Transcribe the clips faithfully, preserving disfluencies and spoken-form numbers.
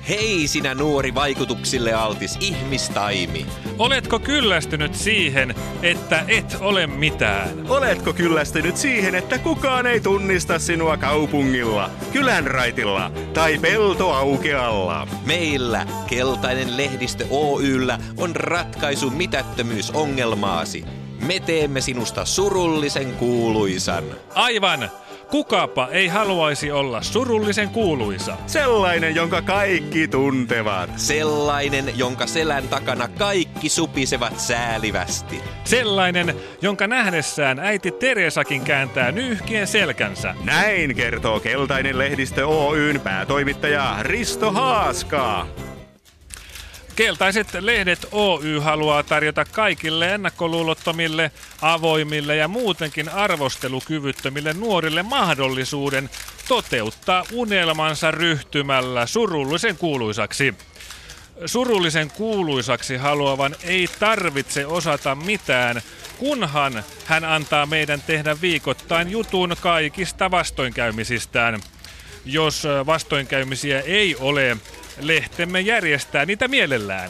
Hei sinä nuori vaikutuksille altis ihmistaimi. Oletko kyllästynyt siihen, että et ole mitään? Oletko kyllästynyt siihen, että kukaan ei tunnista sinua kaupungilla, kylänraitilla tai peltoaukealla? Meillä Keltainen lehdistö Oy:llä on ratkaisu mitättömyysongelmaasi. Me teemme sinusta surullisen kuuluisan. Aivan! Kukapa ei haluaisi olla surullisen kuuluisa? Sellainen, jonka kaikki tuntevat. Sellainen, jonka selän takana kaikki supisevat säälivästi. Sellainen, jonka nähdessään äiti Teresakin kääntää nyyhkien selkänsä. Näin kertoo Keltainen lehdistö Oy:n päätoimittaja Risto Haaska. Keltaiset lehdet Oy haluaa tarjota kaikille ennakkoluulottomille, avoimille ja muutenkin arvostelukyvyttömille nuorille mahdollisuuden toteuttaa unelmansa ryhtymällä surullisen kuuluisaksi. Surullisen kuuluisaksi haluavan ei tarvitse osata mitään, kunhan hän antaa meidän tehdä viikoittain jutun kaikista vastoinkäymisistään. Jos vastoinkäymisiä ei ole, lehtemme järjestää niitä mielellään.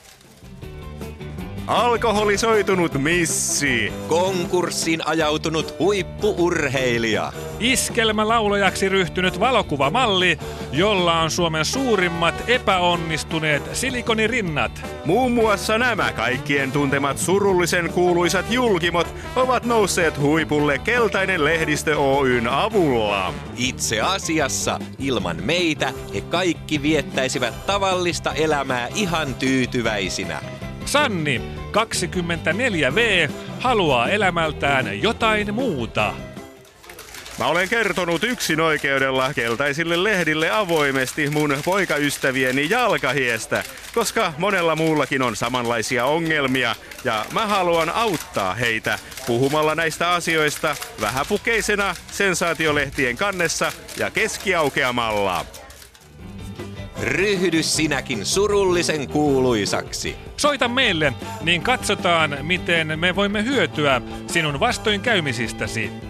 Alkoholisoitunut missi. Konkurssiin ajautunut huippu-urheilija. Iskelmälaulajaksi ryhtynyt valokuvamalli, jolla on Suomen suurimmat epäonnistuneet silikonirinnat. Muun muassa nämä kaikkien tuntemat surullisen kuuluisat julkimot ovat nousseet huipulle Keltainen lehdistö Oy:n avulla. Itse asiassa ilman meitä he kaikki viettäisivät tavallista elämää ihan tyytyväisinä. Sanni, kaksikymmentäneljä vuotias, haluaa elämältään jotain muuta. Mä olen kertonut yksin oikeudella keltaisille lehdille avoimesti mun poikaystävieni jalkahiestä, koska monella muullakin on samanlaisia ongelmia ja mä haluan auttaa heitä puhumalla näistä asioista vähäpukeisena sensaatiolehtien kannessa ja keskiaukeamalla. Ryhdy sinäkin surullisen kuuluisaksi. Soita meille, niin katsotaan, miten me voimme hyötyä sinun vastoinkäymisistäsi.